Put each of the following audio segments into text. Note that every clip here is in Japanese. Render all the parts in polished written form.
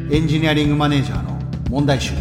エンジニアリングマネージャーの問題集。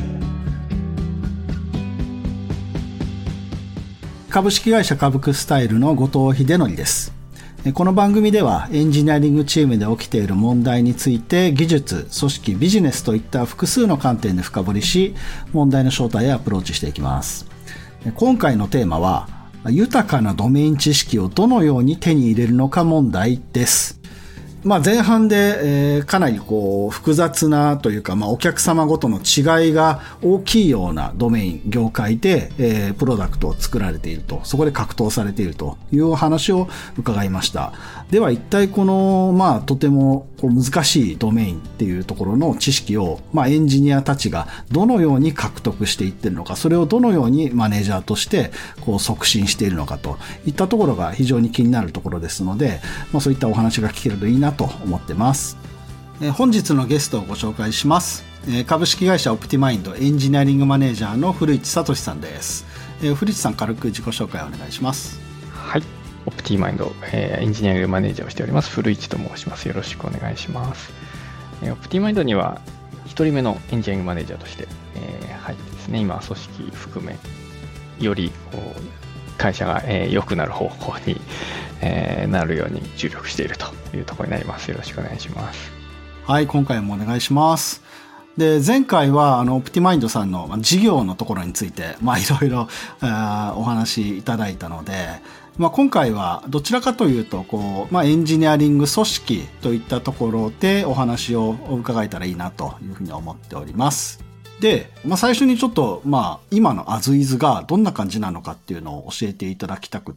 株式会社株クスタイルの後藤秀則です。この番組ではエンジニアリングチームで起きている問題について技術、組織、ビジネスといった複数の観点で深掘りし、問題の正体へアプローチしていきます。今回のテーマは、豊かなドメイン知識をどのように手に入れるのか問題です。前半で、かなり複雑なというか、お客様ごとの違いが大きいようなドメイン、業界で、プロダクトを作られていると、そこで格闘されているというお話を伺いました。では一体この、とても難しいドメインっていうところの知識を、エンジニアたちがどのように獲得していっているのか、それをどのようにマネージャーとして促進しているのかといったところが非常に気になるところですので、そういったお話が聞けるといいなと思ってます。本日のゲストをご紹介します。株式会社オプティマインドエンジニアリングマネージャーの古市聡さんです。古市さん、軽く自己紹介をお願いします。 はい、オプティマインド、エンジニアリングマネージャーをしております古市と申します。よろしくお願いします。オプティマインドには1人目のエンジニアリングマネージャーとして、入ってですね、今組織含めより会社が良くなる方向になるように注力しているというところになります。よろしくお願いします。 はい、今回もお願いします。で、前回はオプティマインドさんの事業のところについていろいろお話いただいたので、今回はどちらかというとエンジニアリング組織といったところでお話を伺えたらいいなというふうに思っております。で、最初にちょっと今のアズイズがどんな感じなのかっていうのを教えていただきたくって、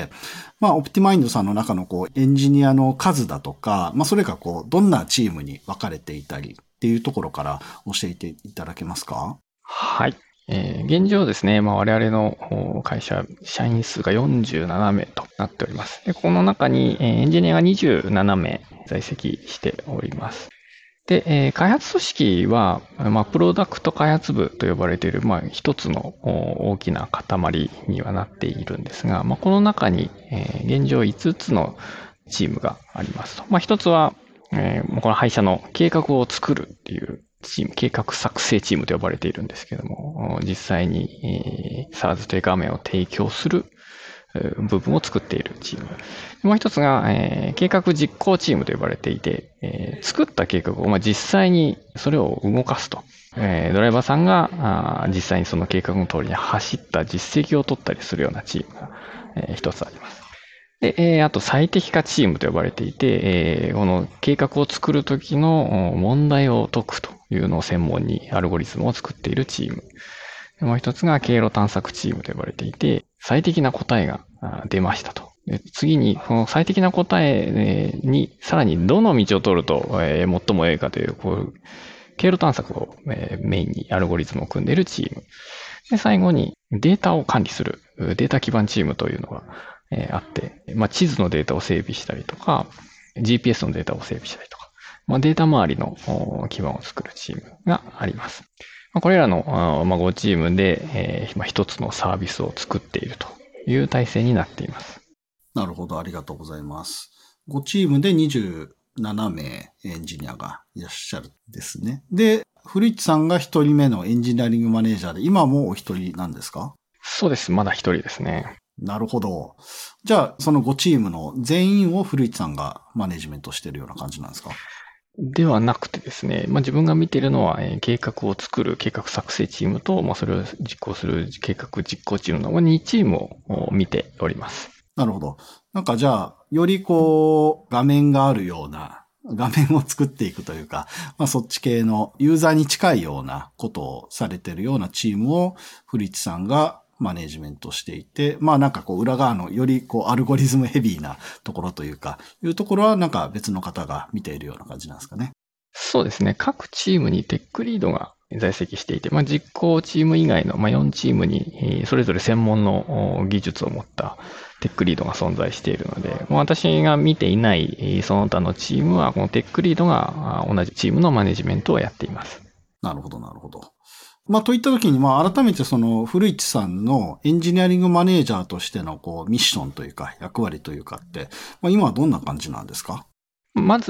オプティマインドさんの中のエンジニアの数だとか、それがどんなチームに分かれていたりっていうところから教えていただけますか？ はい。現状ですね、我々の会社、社員数が47名となっております。で、この中にエンジニアが27名在籍しております。で、開発組織は、プロダクト開発部と呼ばれている、一つの大きな塊にはなっているんですが、この中に、現状5つのチームがありますと。一つは、この会社の計画を作るっていうチーム、計画作成チームと呼ばれているんですけども、実際に、SaaS という画面を提供する部分を作っているチーム。もう一つが、計画実行チームと呼ばれていて、作った計画を、実際にそれを動かすと。ドライバーさんが実際にその計画の通りに走った実績を取ったりするようなチームが、一つあります。で、あと最適化チームと呼ばれていて、この計画を作るときの問題を解くというのを専門にアルゴリズムを作っているチーム。もう一つが経路探索チームと呼ばれていて、最適な答えが出ましたと。で、次に、この最適な答えに、さらにどの道を通ると最も良いかという、経路探索をメインにアルゴリズムを組んでいるチーム。で、最後にデータを管理するデータ基盤チームというのがあって、地図のデータを整備したりとか、GPS のデータを整備したりとか、データ周りの基盤を作るチームがあります。これらの5チームで一つのサービスを作っているという体制になっています。 なるほど、ありがとうございます。5チームで27名エンジニアがいらっしゃるんですね。で、古市さんが一人目のエンジニアリングマネージャーで、今もお一人なんですか？ そうです。まだ一人ですね。 なるほど。じゃあ、その5チームの全員を古市さんがマネジメントしているような感じなんですか？ ではなくてですね、自分が見ているのは、計画を作る計画作成チームと、それを実行する計画実行チームの2チームを見ております。 なるほど。じゃあ、より画面があるような、画面を作っていくというか、そっち系のユーザーに近いようなことをされているようなチームを古市さんがマネージメントしていて、裏側のよりアルゴリズムヘビーなところというか、いうところは別の方が見ているような感じなんですかね。 そうですね。各チームにテックリードが在籍していて、実行チーム以外の4チームにそれぞれ専門の技術を持ったテックリードが存在しているので、私が見ていないその他のチームはこのテックリードが同じチームのマネジメントをやっています。 なるほど、なるほど。といったときに、改めてその古市さんのエンジニアリングマネージャーとしてのミッションというか役割というかって、今はどんな感じなんですか？ まず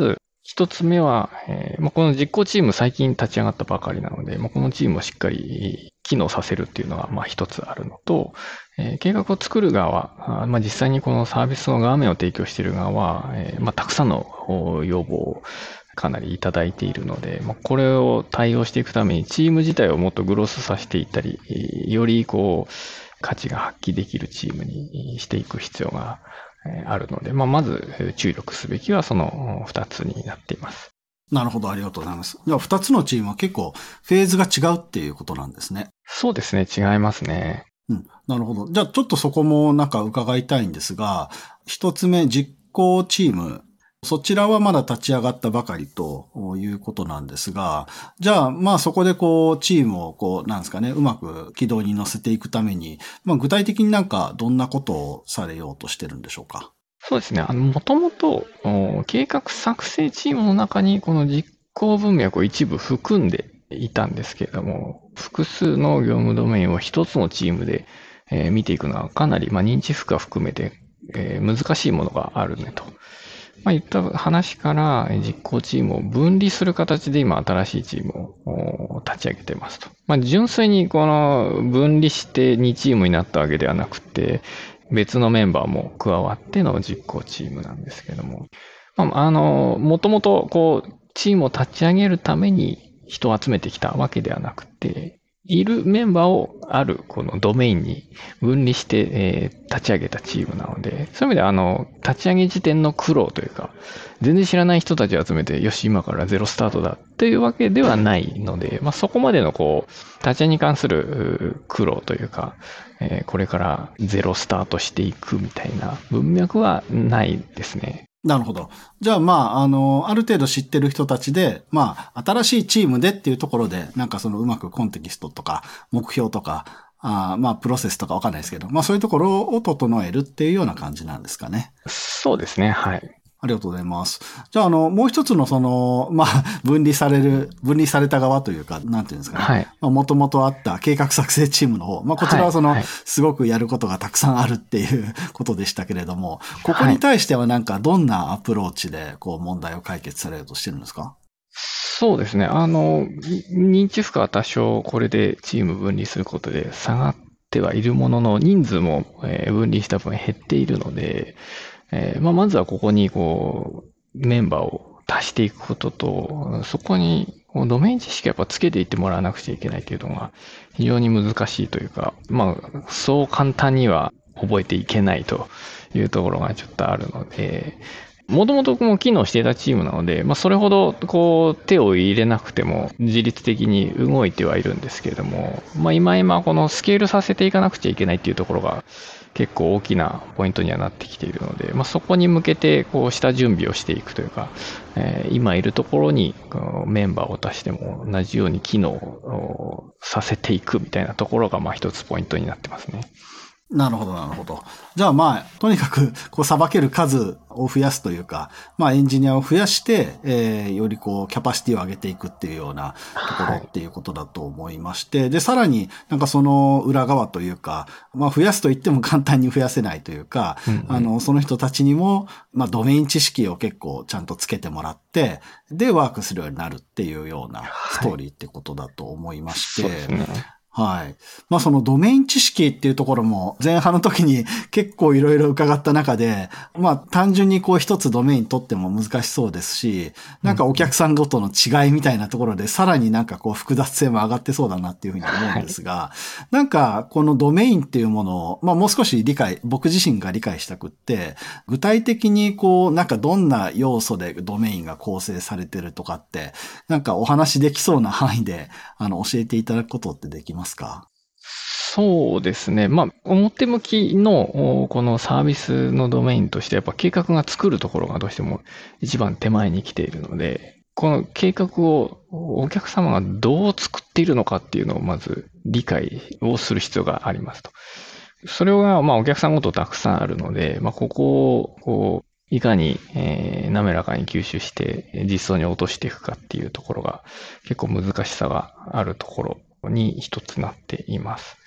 一つ目は、この実行チーム最近立ち上がったばかりなので、このチームをしっかり機能させるっていうのが、一つあるのと、計画を作る側は、実際にこのサービスの画面を提供している側は、たくさんの要望をかなりいただいているので、これを対応していくためにチーム自体をもっとグロスさせていったり、より価値が発揮できるチームにしていく必要があるので、まず注力すべきはその2つになっています。 なるほど、ありがとうございます。じゃあ2つのチームは結構フェーズが違うっていうことなんですね。 そうですね、違いますね。 なるほど。じゃあちょっとそこも伺いたいんですが、一つ目、実行チーム。そちらはまだ立ち上がったばかりということなんですが、じゃあそこでチームをなんですかね、うまく軌道に乗せていくために、具体的にどんなことをされようとしてるんでしょうか？ そうですね。もともと計画作成チームの中にこの実行文脈を一部含んでいたんですけれども、複数の業務ドメインを一つのチームで見ていくのはかなり認知負荷含めて難しいものがあるねと。言った話から実行チームを分離する形で今新しいチームを立ち上げてますと。純粋にこの分離して2チームになったわけではなくて、別のメンバーも加わっての実行チームなんですけども、もともとチームを立ち上げるために人を集めてきたわけではなくて、いるメンバーをあるこのドメインに分離して、立ち上げたチームなので、そういう意味では立ち上げ時点の苦労というか、全然知らない人たちを集めて、よし、今からゼロスタートだっていうわけではないので、そこまでの立ち上げに関する苦労というか、これからゼロスタートしていくみたいな文脈はないですね。 なるほど。じゃあ、ある程度知ってる人たちで、新しいチームでっていうところで、うまくコンテキストとか、目標とか、プロセスとかわかんないですけど、そういうところを整えるっていうような感じなんですかね。 そうですね、はい。 ありがとうございます。じゃあ、もう一つの分離された側というか、なんていうんですかね。 はい。 もともとあった計画作成チームの方。こちらははい、 すごくやることがたくさんあるっていうことでしたけれども、ここに対してはどんなアプローチで、問題を解決されようとしてるんですか？ そうですね。認知負荷は多少これでチーム分離することで下がってはいるものの、人数も分離した分減っているので、まずはここにメンバーを足していくことと、そこにドメイン知識をやっぱつけていってもらわなくちゃいけないというのが非常に難しいというか、そう簡単には覚えていけないというところがちょっとあるので、もともとも機能していたチームなので、それほど手を入れなくても自律的に動いてはいるんですけれども、今このスケールさせていかなくちゃいけないっていうところが結構大きなポイントにはなってきているので、そこに向けて下準備をしていくというか、今いるところにメンバーを足しても同じように機能をさせていくみたいなところが一つポイントになってますね。 なるほど、なるほど。じゃあとにかく、さばける数を増やすというか、エンジニアを増やして、よりキャパシティを上げていくっていうようなところっていうことだと思いまして、で、さらにその裏側というか、増やすと言っても簡単に増やせないというか、その人たちにも、ドメイン知識を結構ちゃんとつけてもらって、で、ワークするようになるっていうようなストーリーってことだと思いまして、 そうですね。 はい。そのドメイン知識っていうところも前半の時に結構いろいろ伺った中で、単純に一つドメイン取っても難しそうですし、お客さんごとの違いみたいなところでさらに複雑性も上がってそうだなっていうふうに思うんですが、このドメインっていうものを、もう少し僕自身が理解したくって、具体的にどんな要素でドメインが構成されてるとかって、お話できそうな範囲で教えていただくことってできますか？ そうですね。表向きのこのサービスのドメインとしてやっぱ計画が作るところがどうしても一番手前に来ているので、この計画をお客様がどう作っているのかっていうのをまず理解をする必要がありますと。それがお客さんごとたくさんあるので、ここをいかに滑らかに吸収して実装に落としていくかっていうところが結構難しさがあるところに一つなっています。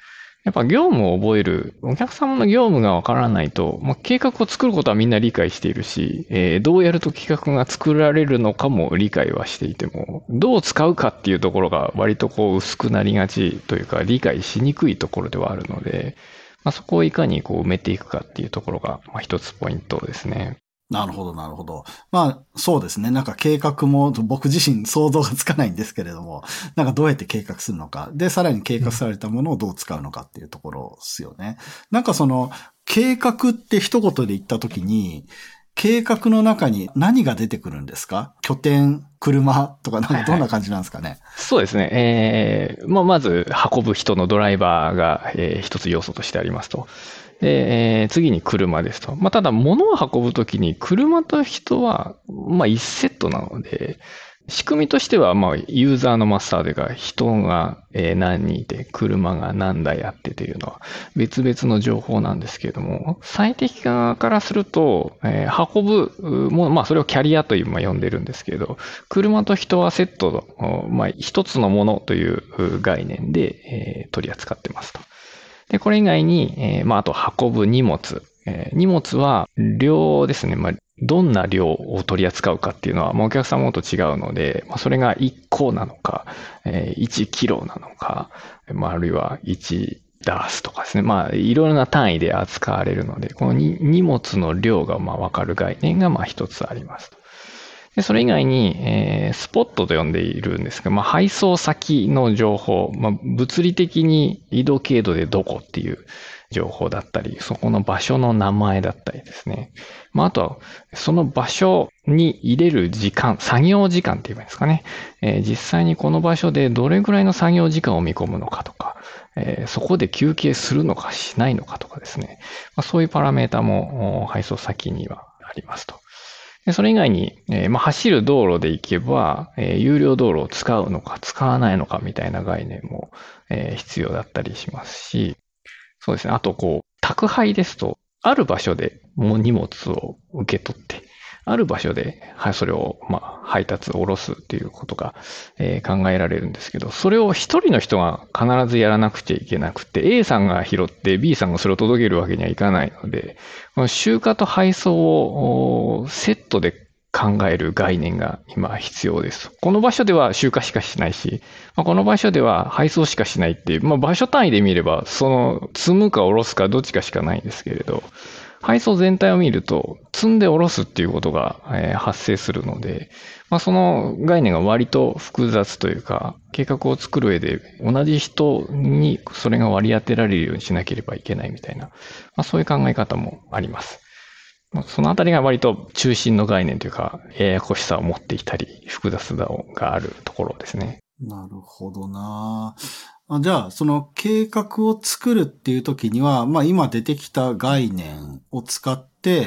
やっぱ業務を覚える、お客様の業務がわからないと、計画を作ることはみんな理解しているし、どうやると企画が作られるのかも理解はしていても、どう使うかっていうところが割と薄くなりがちというか、理解しにくいところではあるので、そこをいかに埋めていくかっていうところが、一つポイントですね。 なるほど、なるほど。そうですね。なんか計画も僕自身想像がつかないんですけれども、なんかどうやって計画するのか。で、さらに計画されたものをどう使うのかっていうところですよね。なんか計画って一言で言ったときに、計画の中に何が出てくるんですか？拠点、車とかなんかどんな感じなんですかね？ そうですね。まず運ぶ人のドライバーが、一つ要素としてありますと。で、次に車ですと。ただ物を運ぶときに車と人は、1セットなので、仕組みとしては、ユーザーのマスターでが人が何人いて、車が何台あってというのは別々の情報なんですけれども、最適化からすると、運ぶもの、それをキャリアという呼んでるんですけれど、車と人はセットの、一つのものという概念で、取り扱ってますと。で、これ以外に、あと運ぶ荷物。荷物は量ですね。どんな量を取り扱うかっていうのは、お客様と違うので、それが1個なのか、1キロなのか、あるいは1ダースとかですね。いろいろな単位で扱われるので、この荷物の量がわかる概念が一つあります。で、それ以外に、スポットと呼んでいるんですが、配送先の情報、物理的に移動経路でどこっていう情報だったり、そこの場所の名前だったりですね。あとは、その場所に入れる時間、作業時間って言えばいいんですかね。実際にこの場所でどれぐらいの作業時間を見込むのかとか、そこで休憩するのかしないのかとかですね。そういうパラメータも配送先にはありますと。でそれ以外に、走る道路で行けば、有料道路を使うのか使わないのかみたいな概念も、必要だったりしますし、そうですね。あと、宅配ですと、ある場所でもう荷物を受け取って、ある場所で、それを、配達、下ろすっていうことが、考えられるんですけど、それを一人の人が必ずやらなくちゃいけなくて、A さんが拾って B さんがそれを届けるわけにはいかないので、この集荷と配送をセットで考える概念が今必要です。この場所では集荷しかしないし、この場所では配送しかしないっていう、場所単位で見れば、積むか下ろすかどっちかしかないんですけれど、配送全体を見ると、積んで下ろすっていうことが、発生するので、その概念が割と複雑というか、計画を作る上で同じ人にそれが割り当てられるようにしなければいけないみたいな、そういう考え方もあります。そのあたりが割と中心の概念というか、ややこしさを持っていたり、複雑さがあるところですね。 なるほどな。じゃあ、その計画を作るっていう時には、今出てきた概念を使って、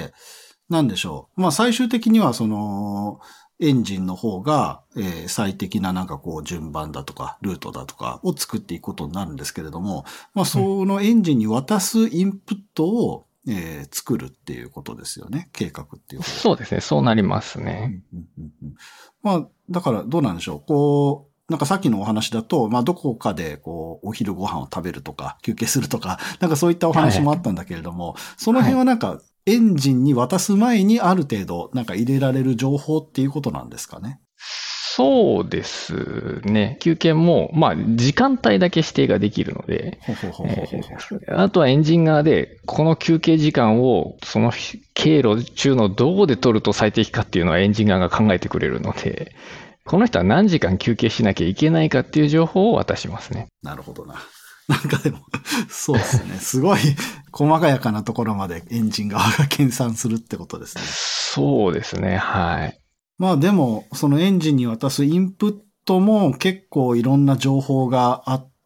なんでしょう。最終的にはエンジンの方が、最適な順番だとか、ルートだとかを作っていくことになるんですけれども、そのエンジンに渡すインプットを、作るっていうことですよね。計画っていうこと。 そうですね。そうなりますね。 だからどうなんでしょう。なんかさっきのお話だと、どこかでお昼ご飯を食べるとか、休憩するとか、なんかそういったお話もあったんだけれども、その辺はなんかエンジンに渡す前にある程度なんか入れられる情報っていうことなんですかね。 そうですね。休憩も、時間帯だけ指定ができるので、あとはエンジン側で、この休憩時間を、その経路中のどこで取ると最適かっていうのはエンジン側が考えてくれるので、この人は何時間休憩しなきゃいけないかっていう情報を渡しますね。 なるほどな。なんかでも、そうですね。すごい細やかなところまでエンジン側が計算するってことですね。 そうですね。はい。 でも、そのエンジンに渡すインプットも結構いろんな情報があって、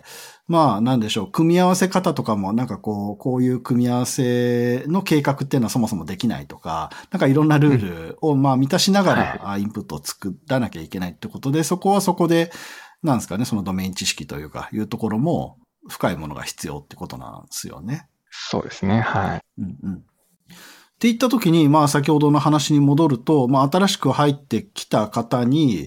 なんでしょう、組み合わせ方とかもこういう組み合わせの計画っていうのはそもそもできないとか、なんかいろんなルールを満たしながらインプットを作らなきゃいけないってことで、そこはそこで、なんですかね、そのドメイン知識というか、いうところも深いものが必要ってことなんですよね。 そうですね、はい。 って言った時に、先ほどの話に戻ると、新しく入ってきた方に、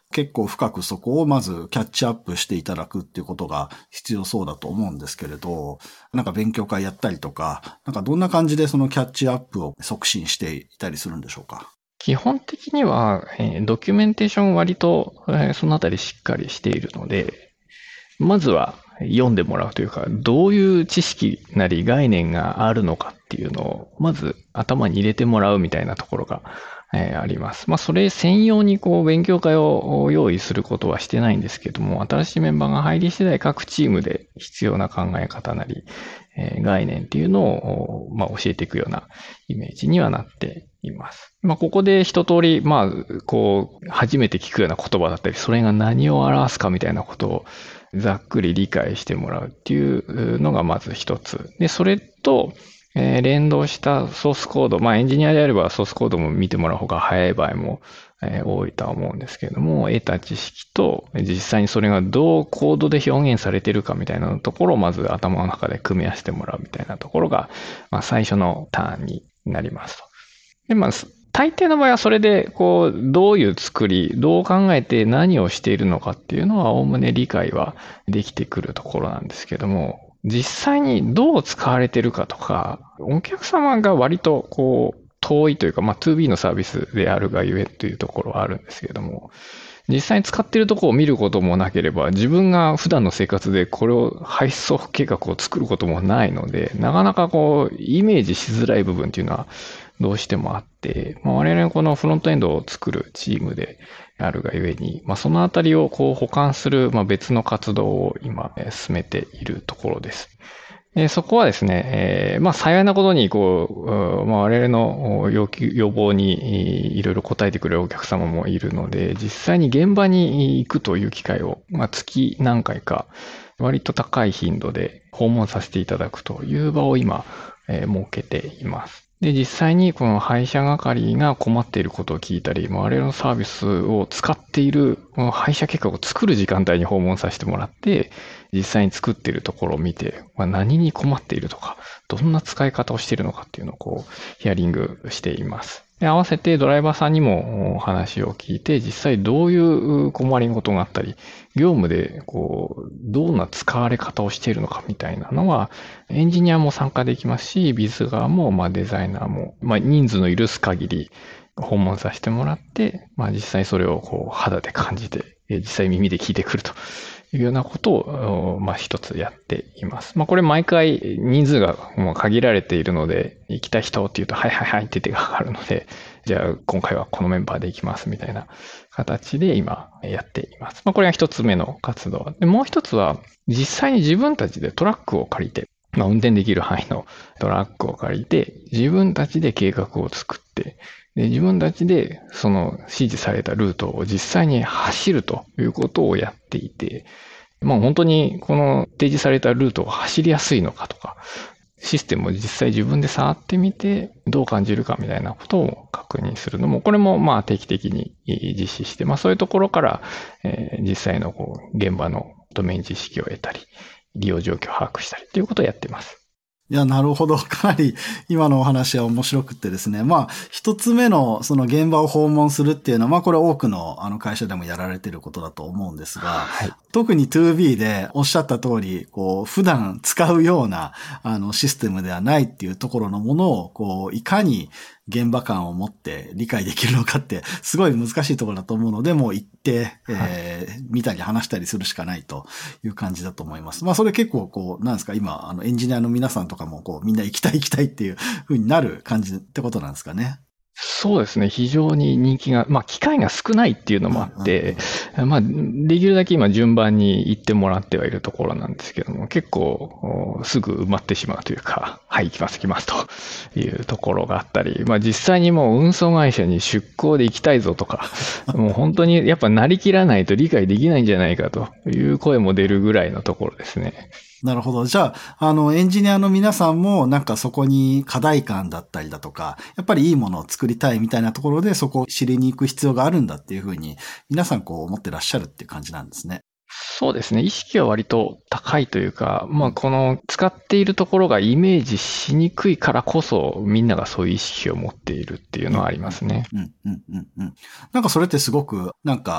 結構深くそこをまずキャッチアップしていただくっていうことが必要そうだと思うんですけれど、なんか勉強会やったりとか、なんかどんな感じでそのキャッチアップを促進していたりするんでしょうか？ 基本的には、ドキュメンテーション割と、そのあたりしっかりしているので、まずは読んでもらうというか、どういう知識なり概念があるのかっていうのを、まず頭に入れてもらうみたいなところが、あります。それ専用に勉強会を用意することはしてないんですけども、新しいメンバーが入り次第各チームで必要な考え方なり、概念っていうのを、教えていくようなイメージにはなっています。ここで一通り、初めて聞くような言葉だったり、それが何を表すかみたいなことをざっくり理解してもらうっていうのがまず一つ。で、それと、連動したソースコード、エンジニアであればソースコードも見てもらう方が早い場合も、多いとは思うんですけれども、得た知識と実際にそれがどうコードで表現されているかみたいなところをまず頭の中で組み合わせてもらうみたいなところが、最初のターンになりますと。で、大抵の場合はそれで、どういう作り、どう考えて何をしているのかっていうのは、おおむね理解はできてくるところなんですけども、実際にどう使われているかとか、お客様が割と遠いというか、2B のサービスであるがゆえというところはあるんですけれども、実際に使っているところを見ることもなければ、自分が普段の生活でこれを配送計画を作ることもないので、なかなかイメージしづらい部分っていうのはどうしてもあって、我々このフロントエンドを作るチームであるがゆえに、そのあたりを補完する別の活動を今進めているところです。そこはですね、幸いなことに、我々の要望にいろいろ答えてくれるお客様もいるので、実際に現場に行くという機会を、月何回か、割と高い頻度で訪問させていただくという場を今、設けています。で、実際にこの配車係が困っていることを聞いたり、我々のサービスを使っている、この配車計画を作る時間帯に訪問させてもらって、実際に作っているところを見て、何に困っているとか、どんな使い方をしているのかっていうのをヒアリングしています。で、合わせてドライバーさんにもお話を聞いて、実際どういう困りごとがあったり、業務でどんな使われ方をしているのかみたいなのは、エンジニアも参加できますし、ビズ側もデザイナーも、人数の許す限り訪問させてもらって、実際それを肌で感じて、実際耳で聞いてくるというようなことを、一つやっています。これ毎回人数がもう限られているので、行きたい人って言うと、はいはいはいって手がかかるので、じゃあ今回はこのメンバーで行きますみたいな形で今やっています。これが一つ目の活動。で、もう一つは実際に自分たちでトラックを借りて、運転できる範囲のトラックを借りて、自分たちで計画を作って、で、自分たちでその指示されたルートを実際に走るということをやっていて、本当にこの提示されたルートが走りやすいのかとか、システムを実際自分で触ってみてどう感じるかみたいなことを確認するのも、これも定期的に実施して、そういうところから、実際の現場のドメイン知識を得たり、利用状況を把握したりということをやっています。 いや、なるほど。かなり今のお話は面白くってですね。一つ目のその現場を訪問するっていうのは、これ多くの会社でもやられていることだと思うんですが、はい、特に 2B でおっしゃった通り、普段使うようなシステムではないっていうところのものを、いかに現場感を持って理解できるのかって、すごい難しいところだと思うので、もう行って、見たり話したりするしかないという感じだと思います。それ結構なんですか、今、エンジニアの皆さんとかもみんな行きたいっていう風になる感じってことなんですかね。 そうですね。非常に人気が、機会が少ないっていうのもあって、できるだけ今順番に行ってもらってはいるところなんですけども、結構すぐ埋まってしまうというか、はい、行きますというところがあったり、実際にもう運送会社に出向で行きたいぞとか、もう本当にやっぱなりきらないと理解できないんじゃないかという声も出るぐらいのところですね。 なるほど。じゃあ、エンジニアの皆さんもなんかそこに課題感だったりだとか、やっぱりいいものを作りたいみたいなところでそこを知りに行く必要があるんだっていうふうに皆さん思ってらっしゃるっていう感じなんですね。 そうですね。意識は割と高いというか、この使っているところがイメージしにくいからこそみんながそういう意識を持っているっていうのはありますね。 なんかそれってすごくなんか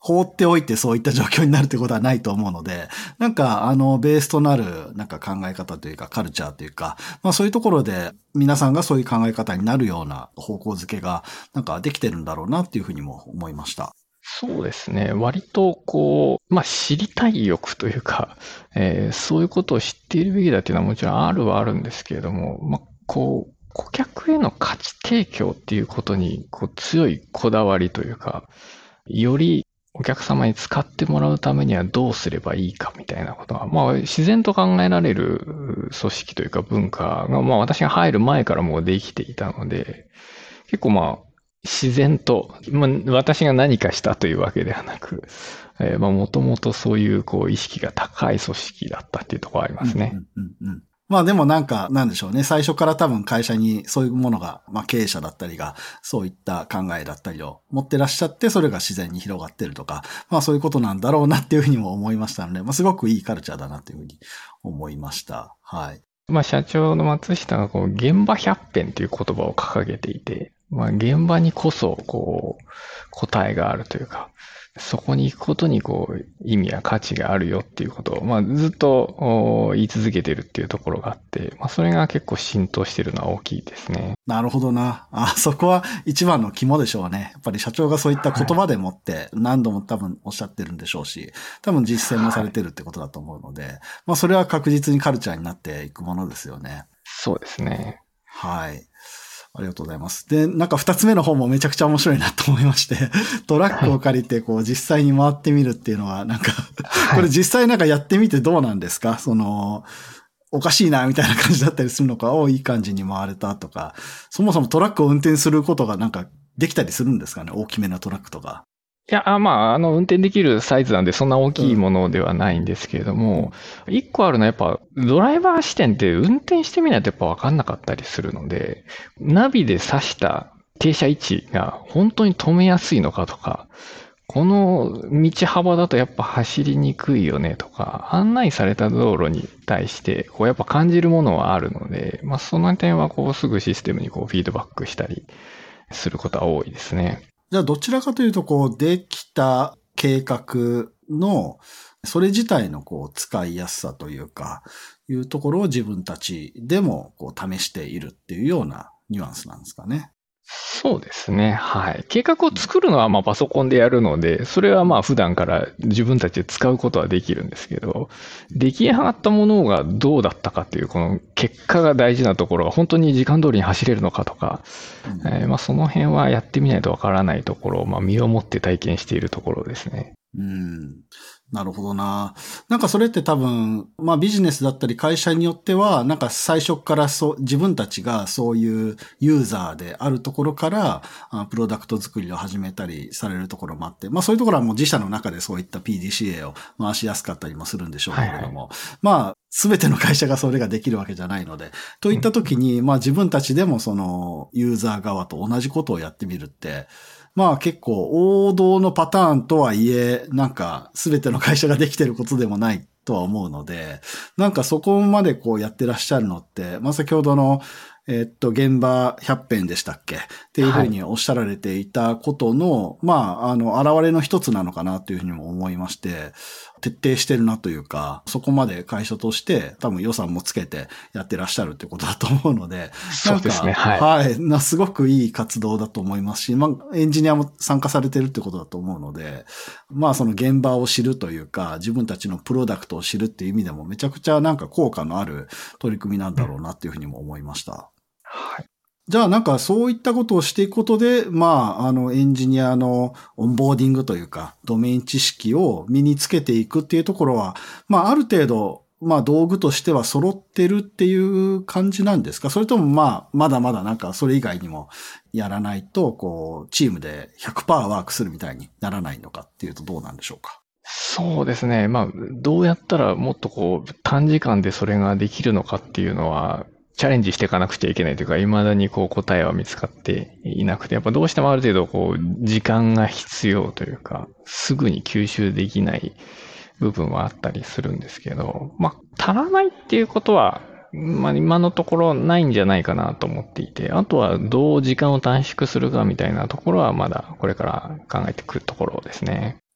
放っておいてそういった状況になるってことはないと思うので、なんかベースとなるなんか考え方というかカルチャーというか、まあそういうところで皆さんがそういう考え方になるような方向づけがなんかできてるんだろうなっていうふうにも思いました。 そうですね。割と知りたい欲というか、そういうことを知っているべきだっていうのはもちろんあるはあるんですけれども、顧客への価値提供っていうことに、強いこだわりというか、よりお客様に使ってもらうためにはどうすればいいかみたいなことが、自然と考えられる組織というか文化が、私が入る前からもうできていたので、結構自然と、私が何かしたというわけではなく、もともとそういう意識が高い組織だったっていうところはありますね。 まあでもなんか、なんでしょうね。最初から多分会社にそういうものが、経営者だったりが、そういった考えだったりを持ってらっしゃって、それが自然に広がってるとか、そういうことなんだろうなっていうふうにも思いましたので、すごくいいカルチャーだなっていうふうに思いました。はい。 社長の松下が現場百遍という言葉を掲げていて、現場にこそ答えがあるというか、そこに行くことに意味や価値があるよっていうことを、ずっと言い続けてるっていうところがあって、それが結構浸透してるのは大きいですね。 なるほどな。そこは一番の肝でしょうね。やっぱり社長がそういった言葉でもって何度も多分おっしゃってるんでしょうし、多分実践もされてるってことだと思うので、それは確実にカルチャーになっていくものですよね。 そうですね。 はい。ありがとうございます。で、なんか二つ目の方もめちゃくちゃ面白いなと思いまして、トラックを借りて実際に回ってみるっていうのは、なんか、これ実際なんかやってみてどうなんですか？おかしいなみたいな感じだったりするのか、いい感じに回れたとか、そもそもトラックを運転することがなんかできたりするんですかね？大きめのトラックとか。 いや、運転できるサイズなんでそんな大きいものではないんですけれども、一個あるのはやっぱドライバー視点って運転してみないとやっぱ分かんなかったりするので、ナビで指した停車位置が本当に止めやすいのかとか、この道幅だとやっぱ走りにくいよねとか、案内された道路に対してやっぱ感じるものはあるので、その点はすぐシステムにフィードバックしたりすることは多いですね。 じゃあどちらかというとできた計画のそれ自体の使いやすさというかいうところを自分たちでも試しているっていうようなニュアンスなんですかね。 そうですね。はい。計画を作るのはパソコンでやるので、それは普段から自分たちで使うことはできるんですけど、出来上がったものがどうだったかっていうこの結果が大事なところが本当に時間通りに走れるのかとか、その辺はやってみないとわからないところを身をもって体験しているところですね。 なるほどな。なんかそれって多分、ビジネスだったり会社によっては、なんか最初から自分たちがそういうユーザーであるところから、プロダクト作りを始めたりされるところもあって、そういうところはもう自社の中でそういった PDCA を回しやすかったりもするんでしょうけれども、すべての会社がそれができるわけじゃないので、といった時に、自分たちでもそのユーザー側と同じことをやってみるって、結構王道のパターンとはいえ、なんか全ての会社ができてることでもないとは思うので、なんかそこまでやってらっしゃるのって、先ほどの現場100編でしたっけっていうふうにおっしゃられていたことの、現れの一つなのかなというふうにも思いまして、徹底してるなというか、そこまで会社として多分予算もつけてやってらっしゃるってことだと思うので、 そうですね。 はい。すごくいい活動だと思いますし、エンジニアも参加されてるってことだと思うので、その現場を知るというか、自分たちのプロダクトを知るっていう意味でもめちゃくちゃなんか効果のある取り組みなんだろうなっていうふうにも思いました。 はい。 じゃあなんかそういったことをしていくことで、エンジニアのオンボーディングというか、ドメイン知識を身につけていくっていうところは、ある程度、道具としては揃ってるっていう感じなんですか？それともまだまだなんかそれ以外にもやらないと、チームで 100% ワークするみたいにならないのかっていうとどうなんでしょうか？ そうですね。どうやったらもっと短時間でそれができるのかっていうのは、チャレンジしていかなくちゃいけないというか、未だに答えは見つかっていなくて、やっぱどうしてもある程度時間が必要というか、すぐに吸収できない部分はあったりするんですけど、足らないっていうことは、今のところないんじゃないかなと思っていて、あとはどう時間を短縮するかみたいなところはまだこれから考えてくるところですね。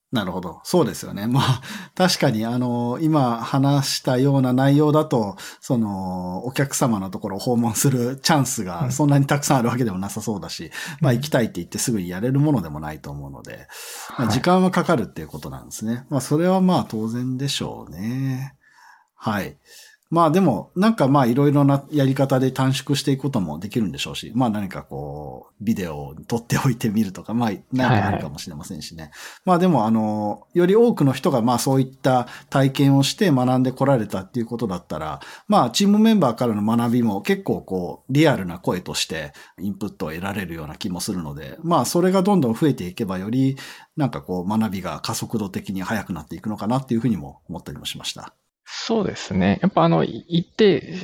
なるほど。そうですよね。まあ、確かに、今話したような内容だと、お客様のところを訪問するチャンスがそんなにたくさんあるわけでもなさそうだし、まあ、行きたいって言ってすぐにやれるものでもないと思うので、まあ、時間はかかるっていうことなんですね。まあ、それはまあ、当然でしょうね。はい。まあでも、なんかまあいろいろなやり方で短縮していくこともできるんでしょうし、まあ何かこう、ビデオを撮っておいてみるとか、まあ何かあるかもしれませんしね。まあでもより多くの人がまあそういった体験をして学んでこられたっていうことだったら、まあチームメンバーからの学びも結構こう、リアルな声としてインプットを得られるような気もするので、まあそれがどんどん増えていけばより、なんかこう学びが加速度的に速くなっていくのかなっていうふうにも思ったりもしました。 そうですね。やっぱ行って、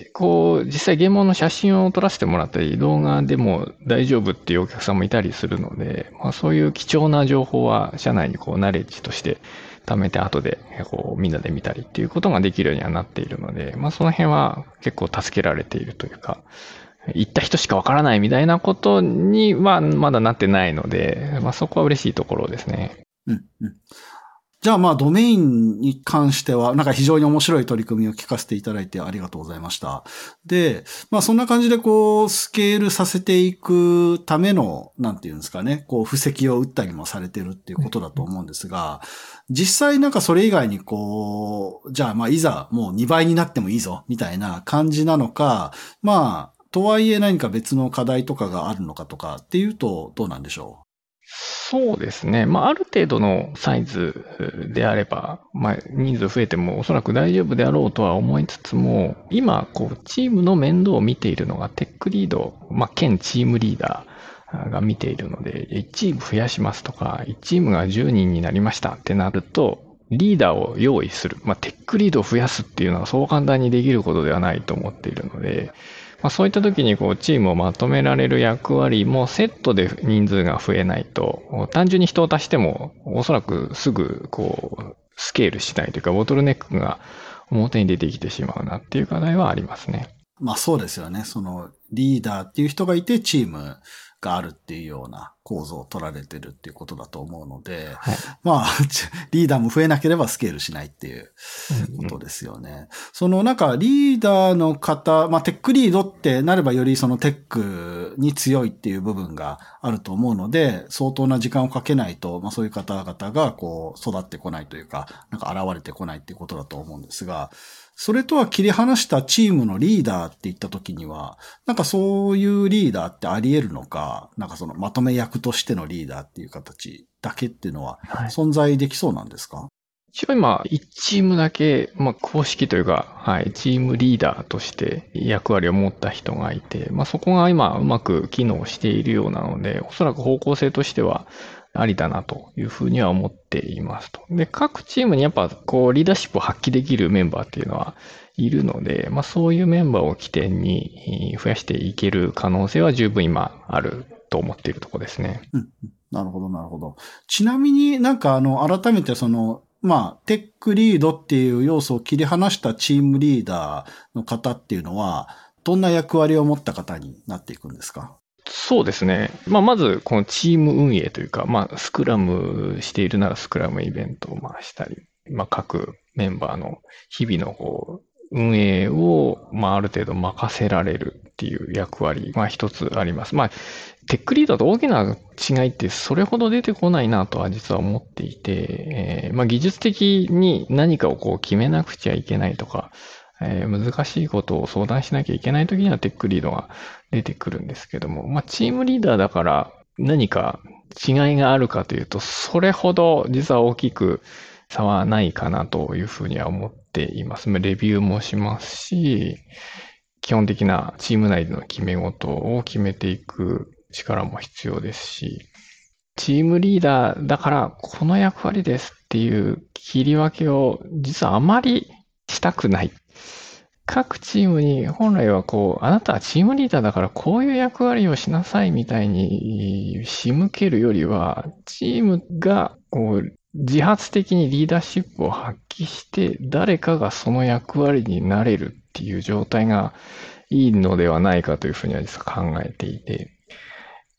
こう、実際現場の写真を撮らせてもらったり、動画でも大丈夫っていうお客さんもいたりするので、まあそういう貴重な情報は社内にこう、ナレッジとして貯めて後で、こう、みんなで見たりっていうことができるようにはなっているので、まあその辺は結構助けられているというか、行った人しかわからないみたいなことにはまだなってないので、まあそこは嬉しいところですね。 うんうん。じゃあまあドメインに関しては、なんか非常に面白い取り組みを聞かせていただいてありがとうございました。で、まあそんな感じでこう、スケールさせていくための、なんていうんですかね、こう、布石を打ったりもされてるっていうことだと思うんですが、実際なんかそれ以外にこう、じゃあまあいざもう2倍になってもいいぞ、みたいな感じなのか、まあ、とはいえ何か別の課題とかがあるのかとかっていうとどうなんでしょう？ そうですね。まあ、ある程度のサイズであれば、まあ、人数増えてもおそらく大丈夫であろうとは思いつつも、今、こう、チームの面倒を見ているのがテックリード、まあ、兼チームリーダーが見ているので、1チーム増やしますとか、1チームが10人になりましたってなると、リーダーを用意する。まあ、テックリードを増やすっていうのはそう簡単にできることではないと思っているので、まあ、そういった時にこうチームをまとめられる役割もセットで人数が増えないと、単純に人を足してもおそらくすぐこうスケールしないというか、ボトルネックが表に出てきてしまうなっていう課題はありますね。 まあそうですよね。リーダーっていう人がいてチームがあるっていうような構造を取られてるっていうことだと思うので、 はい。 まあ、リーダーも増えなければスケールしないっていうことですよね。なんかリーダーの方、まあテックリードってなればよりそのテックに強いっていう部分があると思うので、相当な時間をかけないと、まあそういう方々がこう育ってこないというか、なんか現れてこないっていうことだと思うんですが、それとは切り離したチームのリーダーって言った時には、なんかそういうリーダーってあり得るのか、なんかまとめ役としてのリーダーっていう形だけっていうのははい。 存在できそうなんですか？ 一応今、1チームだけ、まあ、公式というか、はい、チームリーダーとして役割を持った人がいて、まあ、そこが今うまく機能しているようなので、おそらく方向性としてはありだなというふうには思っていますと。で、各チームにやっぱこうリーダーシップを発揮できるメンバーっていうのはいるので、まあ、そういうメンバーを起点に増やしていける可能性は十分今あると思っているところですね。 うん。なるほど、なるほど。ちなみになんか改めてまあ、テックリードっていう要素を切り離したチームリーダーの方っていうのは、どんな役割を持った方になっていくんですか？ そうですね。まあ、まず、このチーム運営というか、まあ、スクラムしているならスクラムイベントを回したり、まあ、各メンバーの日々のこう、運営を、まあ、ある程度任せられるっていう役割、まあ、一つあります。まあ、テックリードと大きな違いってそれほど出てこないなとは実は思っていて、まあ、技術的に何かをこう決めなくちゃいけないとか、難しいことを相談しなきゃいけないときにはテックリードが出てくるんですけども、まあ、チームリーダーだから何か違いがあるかというと、それほど実は大きく差はないかなというふうには思っています。レビューもしますし、基本的なチーム内での決め事を決めていく力も必要ですし、チームリーダーだからこの役割ですっていう切り分けを実はあまりしたくない。各チームに本来はこう、あなたはチームリーダーだからこういう役割をしなさいみたいに仕向けるよりは、チームがこう、自発的にリーダーシップを発揮して、誰かがその役割になれるっていう状態がいいのではないかというふうには実は考えていて、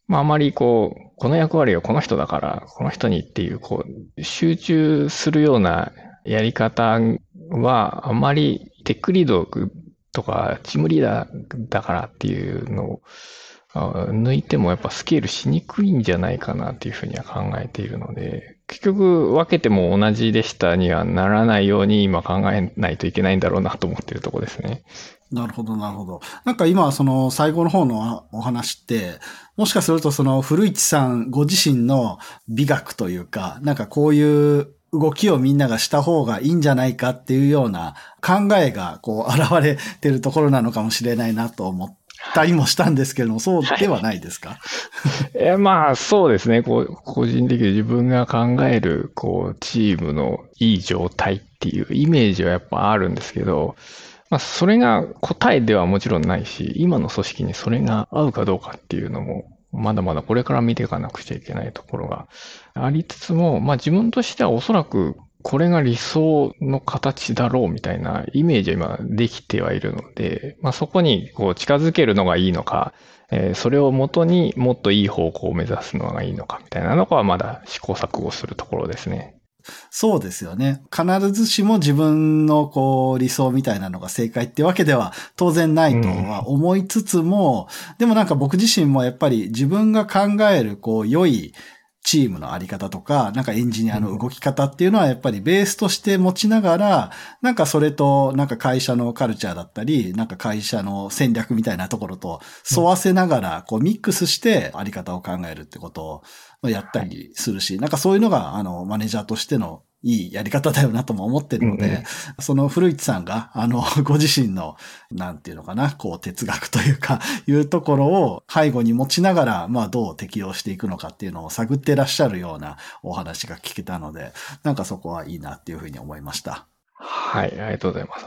まあ、あまりこの役割はこの人だから、この人にっていう、集中するようなやり方は、あまりテックリードとか、チームリーダーだからっていうのを抜いてもやっぱスケールしにくいんじゃないかなっていうふうには考えているので、結局分けても同じでしたにはならないように今考えないといけないんだろうなと思っているところですね。 なるほど、なるほど。なんか今、その最後の方のお話って、もしかするとその古市さんご自身の美学というか、なんかこういう動きをみんながした方がいいんじゃないかっていうような考えが現れてるところなのかもしれないなと思ったりもしたんですけれども、そうではないですか？ まあそうですね。個人的に自分が考える、チームのいい状態っていうイメージはやっぱあるんですけど、まあそれが答えではもちろんないし、今の組織にそれが合うかどうかっていうのも、まだまだこれから見ていかなくちゃいけないところがありつつも、まあ自分としてはおそらくこれが理想の形だろうみたいなイメージは今できてはいるので、まあそこに近づけるのがいいのか、それをもとにもっといい方向を目指すのがいいのかみたいなのはまだ試行錯誤するところですね。 そうですよね。必ずしも自分の理想みたいなのが正解ってわけでは当然ないとは思いつつも、でもなんか僕自身もやっぱり自分が考える良いチームのあり方とか、なんかエンジニアの動き方っていうのはやっぱりベースとして持ちながら、なんかそれとなんか会社のカルチャーだったり、なんか会社の戦略みたいなところと沿わせながらミックスしてあり方を考えるってことをやったりするし、なんかそういうのがマネージャーとしてのいいやり方だよなとも思ってるので、その古市さんが、ご自身の、なんていうのかな、哲学というか、いうところを背後に持ちながら、まあ、どう適用していくのかっていうのを探ってらっしゃるようなお話が聞けたので、なんかそこはいいなっていうふうに思いました。 はい、ありがとうございます。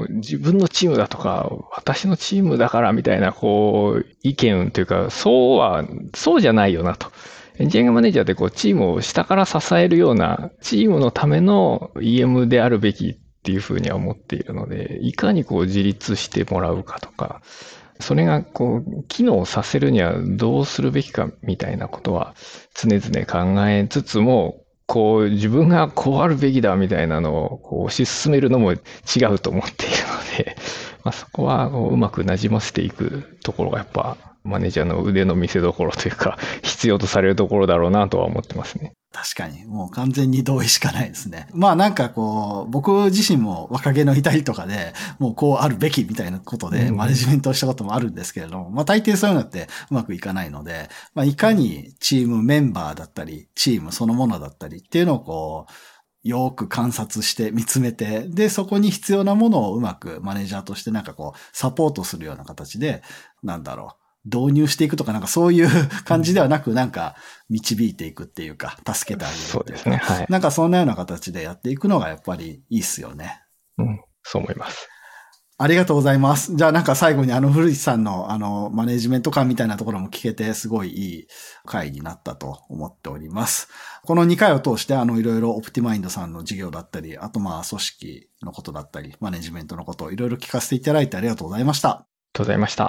自分のチームだとか、私のチームだからみたいな、意見というか、そうじゃないよなと。エンジニアリングマネージャーってチームを下から支えるような、チームのための EM であるべきっていうふうには思っているので、いかに自立してもらうかとか、それが機能させるにはどうするべきかみたいなことは常々考えつつも、自分があるべきだみたいなのを推し進めるのも違うと思っているので、まあ、そこはうまく馴染ませていくところがやっぱマネージャーの腕の見せ所というか必要とされるところだろうなとは思ってますね。 確かに、もう完全に同意しかないですね。まあなんか僕自身も若気の至りとかで、もうあるべきみたいなことでマネジメントをしたこともあるんですけれども、まあ大抵そういうのってうまくいかないので、まあいかにチームメンバーだったり、チームそのものだったりっていうのをよく観察して見つめて、で、そこに必要なものをうまくマネージャーとしてなんかサポートするような形で、導入していくとかなんかそういう感じではなく、なんか導いていくっていうか、助けてあげるっていうか。 そうですね。はい。 なんかそんなような形でやっていくのがやっぱりいいっすよね。 うん、そう思います。 ありがとうございます。じゃあなんか最後に古市さんのマネジメント感みたいなところも聞けてすごいいい回になったと思っております。この2回を通していろいろオプティマインドさんの事業だったり、あと組織のことだったり、マネジメントのことをいろいろ聞かせていただいてありがとうございました。 ありがとうございました。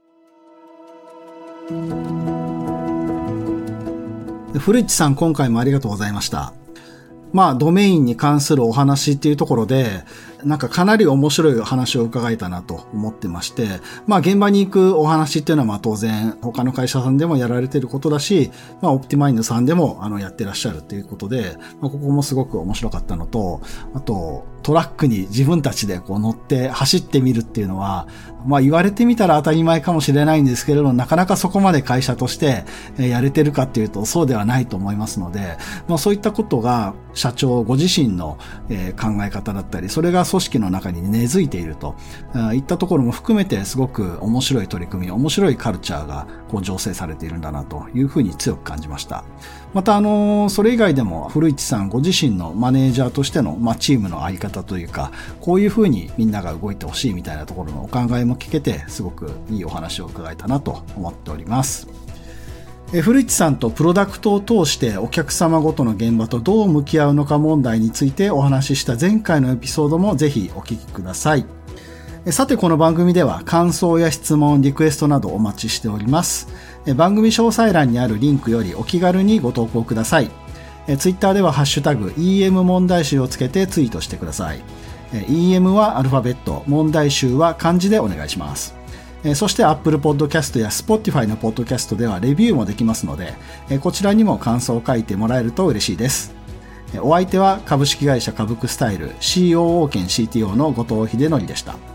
古市さん、今回もありがとうございました。まあ、ドメインに関するお話っていうところで、なんかかなり面白い話を伺えたなと思ってまして、まあ現場に行くお話っていうのはまあ当然他の会社さんでもやられてることだし、まあオプティマインドさんでもやってらっしゃるっていうことで、まあここもすごく面白かったのと、あとトラックに自分たちで乗って走ってみるっていうのは、まあ言われてみたら当たり前かもしれないんですけれど、なかなかそこまで会社としてやれてるかっていうとそうではないと思いますので、まあそういったことが社長ご自身の考え方だったり、それが組織の中に根付いているといったところも含めてすごく面白い取り組み、面白いカルチャーが醸成されているんだなというふうに強く感じました。またそれ以外でも古市さんご自身のマネージャーとしてのチームのあり方というか、こういうふうにみんなが動いてほしいみたいなところのお考えも聞けて、すごくいいお話を伺えたなと思っております。古市さんとプロダクトを通してお客様ごとの現場とどう向き合うのか問題についてお話しした前回のエピソードもぜひお聞きください。 さてこの番組では感想や質問、リクエストなどお待ちしております。番組詳細欄にあるリンクよりお気軽にご投稿ください。ツイッターではハッシュタグ EM 問題集をつけてツイートしてください。EM はアルファベット、問題集は漢字でお願いします。そして Apple Podcast や Spotify の Podcast ではレビューもできますので、こちらにも感想を書いてもらえると嬉しいです。お相手は株式会社株クスタイル COO 兼 CTO の後藤秀則でした。